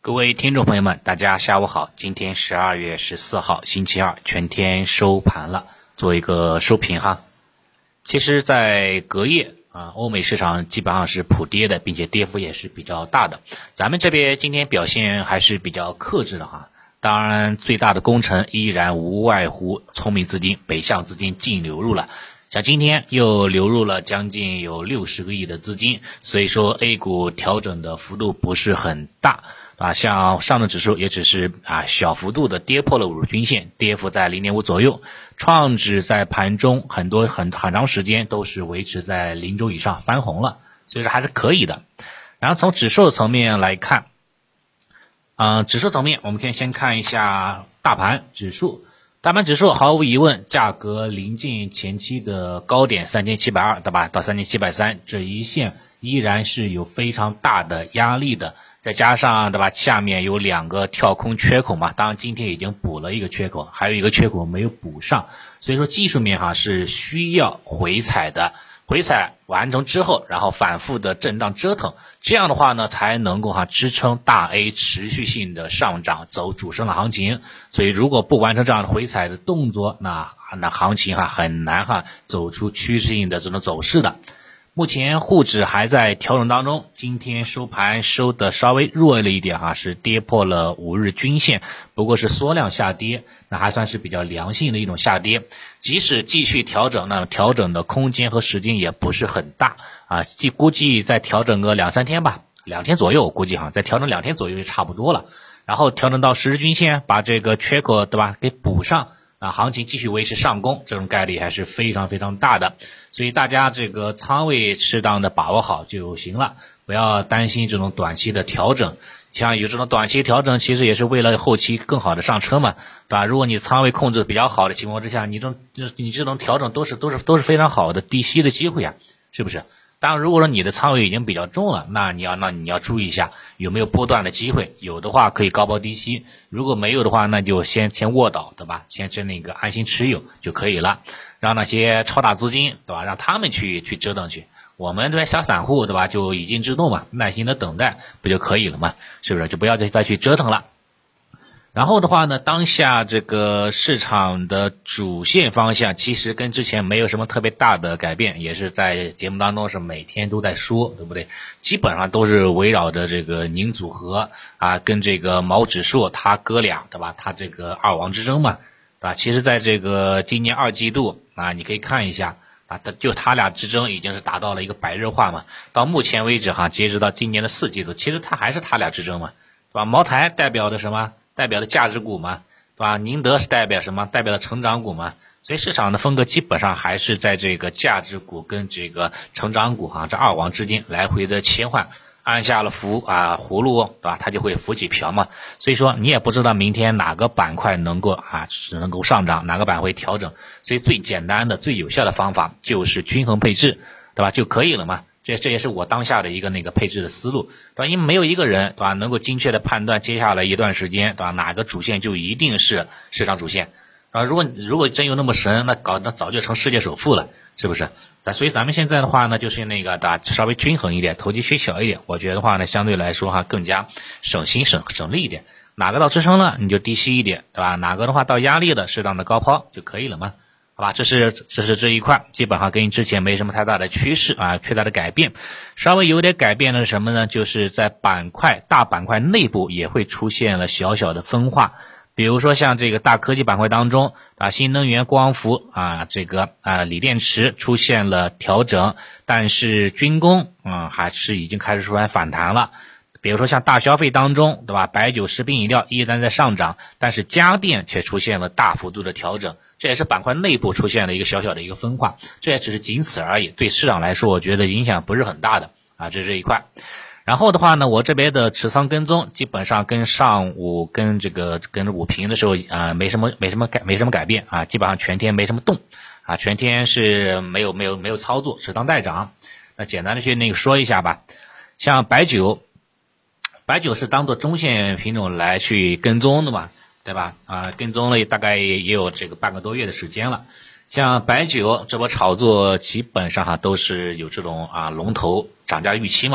各位听众朋友们，大家下午好。今天12月14号星期二，全天收盘了，做一个收评哈。其实在隔夜欧美市场基本上是普跌的，并且跌幅也是比较大的。咱们这边今天表现还是比较克制的哈。当然最大的功臣依然无外乎聪明资金、北向资金净流入了。像今天又流入了将近有60个亿的资金，所以说 A 股调整的幅度不是很大。像上证指数也只是小幅度的跌破了50日均线，跌幅在 0.5 左右。创指在盘中很长时间都是维持在0轴以上翻红了，所以说还是可以的。然后从指数层面来看，指数层面我们可以先看一下大盘指数。大盘指数毫无疑问，价格临近前期的高点3720，对吧？到3730这一线依然是有非常大的压力的。再加上对吧，下面有2个跳空缺口嘛，当然今天已经补了一个缺口，还有一个缺口没有补上，所以说技术面是需要回踩的，回踩完成之后，然后反复的震荡折腾，这样的话呢，才能够支撑大 A 持续性的上涨，走主升的行情。所以如果不完成这样的回踩的动作，那行情很难走出趋势性的这种走势的。目前沪指还在调整当中，今天收盘收的稍微弱了一点是跌破了5日均线，不过是缩量下跌，那还算是比较良性的一种下跌。即使继续调整，那调整的空间和时间也不是很大估计再调整个2-3天吧，2天左右，我估计再调整2天左右就差不多了。然后调整到10日均线，把这个缺口对吧给补上。行情继续维持上攻，这种概率还是非常非常大的，所以大家这个仓位适当的把握好就行了，不要担心这种短期的调整。像有这种短期调整，其实也是为了后期更好的上车嘛，对吧？如果你仓位控制的比较好的情况之下，你这种调整都是非常好的低吸的机会是不是？当然如果说你的仓位已经比较重了，那你要注意一下有没有波段的机会，有的话可以高抛低吸，如果没有的话，那就先卧倒，对吧？先那个安心持有就可以了，让那些超大资金，对吧？让他们去折腾去，我们这边小散户，对吧？就一静制动嘛，耐心的等待不就可以了嘛？是不是？就不要再去折腾了。然后的话呢，当下这个市场的主线方向其实跟之前没有什么特别大的改变，也是在节目当中是每天都在说，对不对？基本上都是围绕着这个宁组合跟这个毛指数它哥俩，对吧？它这个二王之争嘛，对吧？其实在这个今年2季度你可以看一下他俩之争已经是达到了一个白热化嘛。到目前为止截止到今年的4季度，其实它还是他俩之争嘛，对吧？茅台代表的什么？代表的价值股嘛，对吧？宁德是代表什么？代表的成长股嘛。所以市场的风格基本上还是在这个价值股跟这个成长股这二王之间来回的切换，按下了葫芦，对吧？它就会浮起瓢嘛。所以说你也不知道明天哪个板块能够上涨，哪个板块调整。所以最简单的、最有效的方法就是均衡配置，对吧？就可以了嘛。这也是我当下的一个配置的思路，对吧？因为没有一个人，对吧，能够精确的判断接下来一段时间，对吧，哪个主线就一定是市场主线如果真有那么神，那早就成世界首富了，是不是？所以咱们现在的话呢，就是稍微均衡一点，投机取巧一点，我觉得的话呢，相对来说更加省心省力一点。哪个到支撑了，你就低吸一点，对吧？哪个的话到压力了，适当的高抛就可以了嘛。好吧，这是这一块，基本上跟之前没什么太大的趋势太大的改变。稍微有点改变的是什么呢？就是在大板块内部也会出现了小小的分化。比如说像这个大科技板块当中新能源、光伏这个锂电池出现了调整，但是军工还是已经开始出现反弹了。比如说像大消费当中，对吧？白酒、食品饮料依然在上涨，但是家电却出现了大幅度的调整，这也是板块内部出现了一个小小的一个分化，这也只是仅此而已，对市场来说我觉得影响不是很大的这是这一块。然后的话呢，我这边的持仓跟踪基本上跟上午跟午评的时候没什么改变基本上全天没什么动全天是没有操作，持仓待涨。那简单的去说一下吧。像白酒是当做中线品种来去跟踪的嘛，对吧？跟踪了大概也有这个半个多月的时间了。像白酒这波炒作基本上都是有这种龙头涨价预期嘛，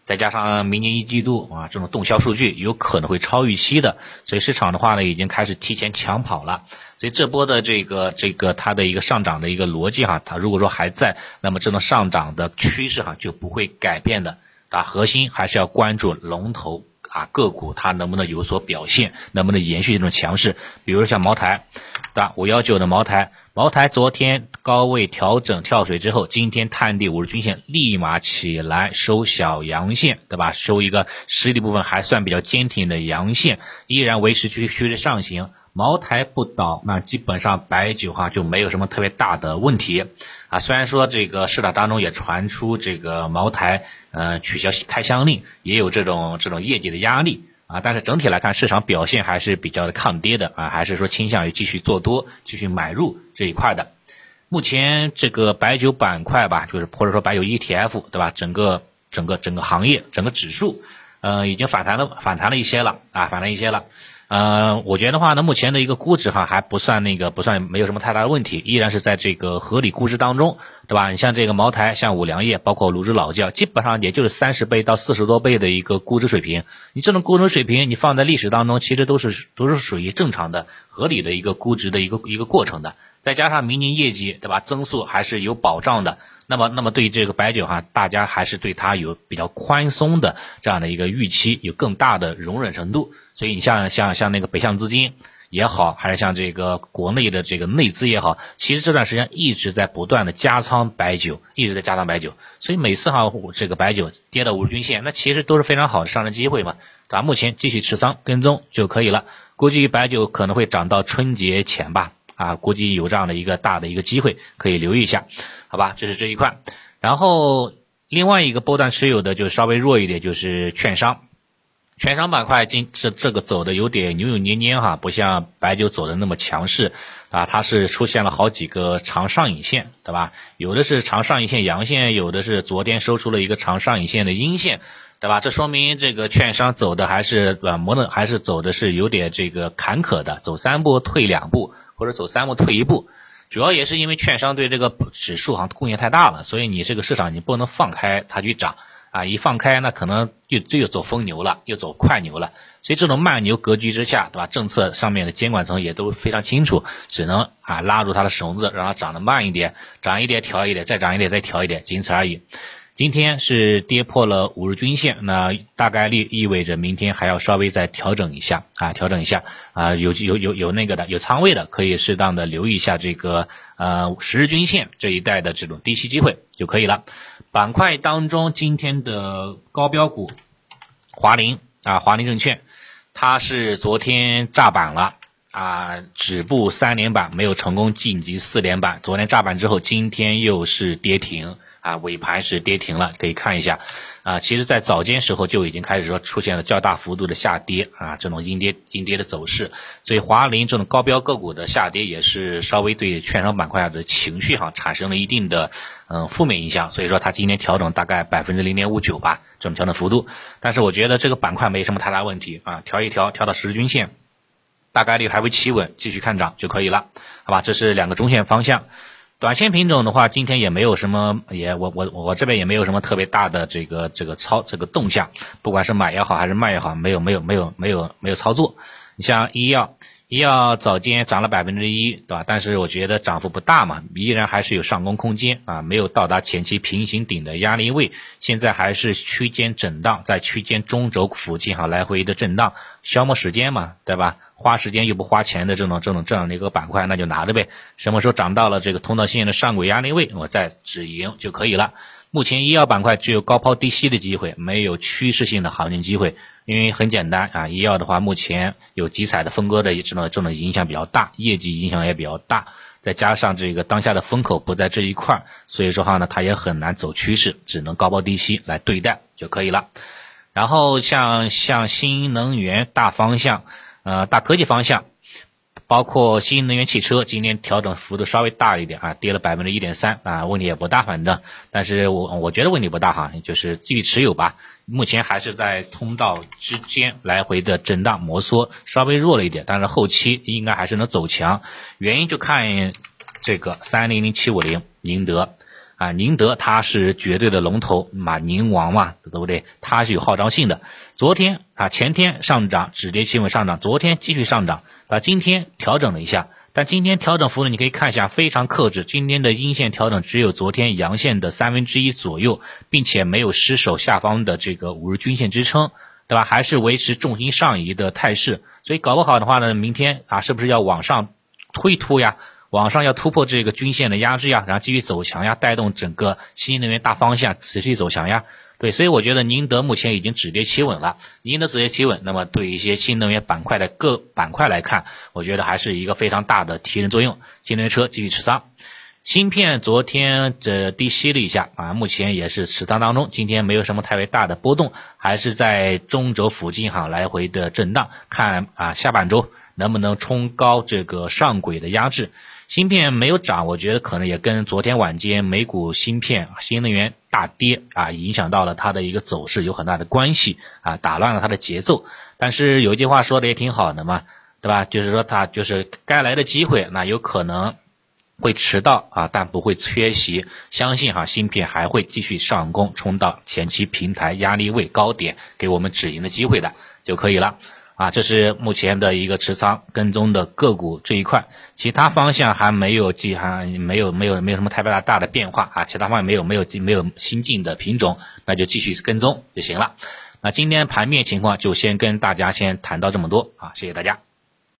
再加上明年一季度啊这种动销数据有可能会超预期的，所以市场的话呢已经开始提前抢跑了。所以这波的这个它的一个上涨的一个逻辑哈，它如果说还在，那么这种上涨的趋势哈就不会改变的啊。核心还是要关注龙头啊个股它能不能有所表现，能不能延续这种强势。比如像茅台，对吧？519的茅台昨天高位调整跳水之后，今天探底50均线，立马起来收小阳线，对吧？收一个实体部分还算比较坚挺的阳线，依然维持趋势上行。茅台不倒，那基本上白酒哈就没有什么特别大的问题啊。虽然说这个市场当中也传出这个茅台取消开箱令，也有这种业绩的压力啊，但是整体来看市场表现还是比较的抗跌的啊，还是说倾向于继续做多，继续买入这一块的。目前这个白酒板块吧，就是或者说白酒 ETF 对吧？整个行业整个指数已经反弹了一些了啊，反弹一些了。我觉得的话呢，目前的一个估值哈还不算没有什么太大的问题，依然是在这个合理估值当中，对吧？你像这个茅台、像五粮液，包括泸州老窖，基本上也就是30倍到40多倍的一个估值水平。你这种估值水平，你放在历史当中，其实都是属于正常的、合理的一个估值的一个过程的。再加上明年业绩，对吧？增速还是有保障的。那么对于这个白酒哈，大家还是对它有比较宽松的这样的一个预期，有更大的容忍程度。所以你像那个北向资金也好，还是像这个国内的这个内资也好，其实这段时间一直在不断的加仓白酒，所以每次哈这个白酒跌到50均线，那其实都是非常好的上升机会嘛，对吧？目前继续持仓跟踪就可以了，估计白酒可能会涨到春节前吧，啊，估计有这样的一个大的一个机会，可以留意一下，好吧？这是这一块。然后另外一个波段持有的就稍微弱一点，就是券商板块这个走的有点扭扭捏捏哈，不像白酒走的那么强势啊，它是出现了好几个长上影线，对吧？有的是长上影线阳线，有的是昨天收出了一个长上影线的阴线，对吧？这说明这个券商走的还是还是走的是有点这个坎坷的，走3步退2步，或者走3步退1步。主要也是因为券商对这个指数贡献太大了，所以你这个市场你不能放开它去涨啊，一放开那可能又走疯牛了，又走快牛了。所以这种慢牛格局之下，对吧？政策上面的监管层也都非常清楚，只能拉住它的绳子，让它涨得慢一点，涨一点调一点，再涨一点再调一点，仅此而已。今天是跌破了50均线，那大概率意味着明天还要稍微再调整一下有那个的有仓位的可以适当的留意一下这个10日均线这一带的这种低吸机会就可以了。板块当中今天的高标股华林证券，它是昨天炸板了止步3连板，没有成功晋级4连板，昨天炸板之后今天又是跌停尾盘是跌停了，可以看一下其实在早间时候就已经开始说出现了较大幅度的下跌这种阴跌的走势，所以华林这种高标个股的下跌也是稍微对券商板块的情绪产生了一定的负面影响，所以说它今天调整大概 0.59% 吧，这种调整幅度，但是我觉得这个板块没什么太大问题调一调到10日均线，大概率还会企稳，继续看涨就可以了，好吧？这是2个中线方向。短线品种的话，今天也没有什么，我这边也没有什么特别大的这个动向，不管是买也好还是卖也好，没有操作。你像医药早间涨了 1%， 对吧？但是我觉得涨幅不大嘛，依然还是有上攻空间没有到达前期平行顶的压力位，现在还是区间震荡，在区间中轴附近来回的震荡，消磨时间嘛，对吧？花时间又不花钱的这样的一个板块，那就拿着呗。什么时候涨到了这个通道线的上轨压力位，我再止盈就可以了。目前医药板块只有高抛低吸的机会，没有趋势性的行情机会，因为很简单医药的话目前有集采的分割的这种影响比较大，业绩影响也比较大，再加上这个当下的风口不在这一块，所以说呢它也很难走趋势，只能高抛低吸来对待就可以了。然后像新能源大方向大科技方向，包括新能源汽车，今天调整幅度稍微大一点跌了 1.3% 问题也不大，反正但是我觉得问题不大就是继续持有吧。目前还是在通道之间来回的震荡摩挲，稍微弱了一点，但是后期应该还是能走强。原因就看这个300750宁德啊，宁德它是绝对的龙头嘛，宁王嘛，对不对？它是有号召性的。昨天啊，前天上涨，止跌企稳上涨，昨天继续上涨，今天调整了一下，但今天调整幅度你可以看一下，非常克制，今天的阴线调整只有昨天阳线的1/3左右，并且没有失守下方的这个5日均线支撑，对吧？还是维持重心上移的态势，所以搞不好的话呢，明天啊，是不是要往上推突呀？往上要突破这个均线的压制呀，然后继续走强呀，带动整个新能源大方向持续走强呀。对，所以我觉得宁德目前已经止跌企稳了。宁德止跌企稳，那么对一些新能源板块的各板块来看，我觉得还是一个非常大的提振作用。新能源车继续持仓。芯片昨天低吸了一下啊，目前也是持仓当中，今天没有什么太为大的波动，还是在中轴附近来回的震荡，看啊下半周能不能冲高这个上轨的压制。芯片没有涨，我觉得可能也跟昨天晚间美股芯片新能源大跌啊，影响到了它的一个走势有很大的关系啊，打乱了它的节奏。但是有一句话说的也挺好的嘛，对吧？就是说它就是该来的机会，那有可能会迟到啊，但不会缺席。相信芯片还会继续上攻，冲到前期平台压力位高点，给我们止盈的机会的就可以了。啊，这是目前的一个持仓跟踪的个股这一块，其他方向还没有什么太大的变化啊，其他方面没有新进的品种，那就继续跟踪就行了。那今天盘面情况就先跟大家谈到这么多啊，谢谢大家。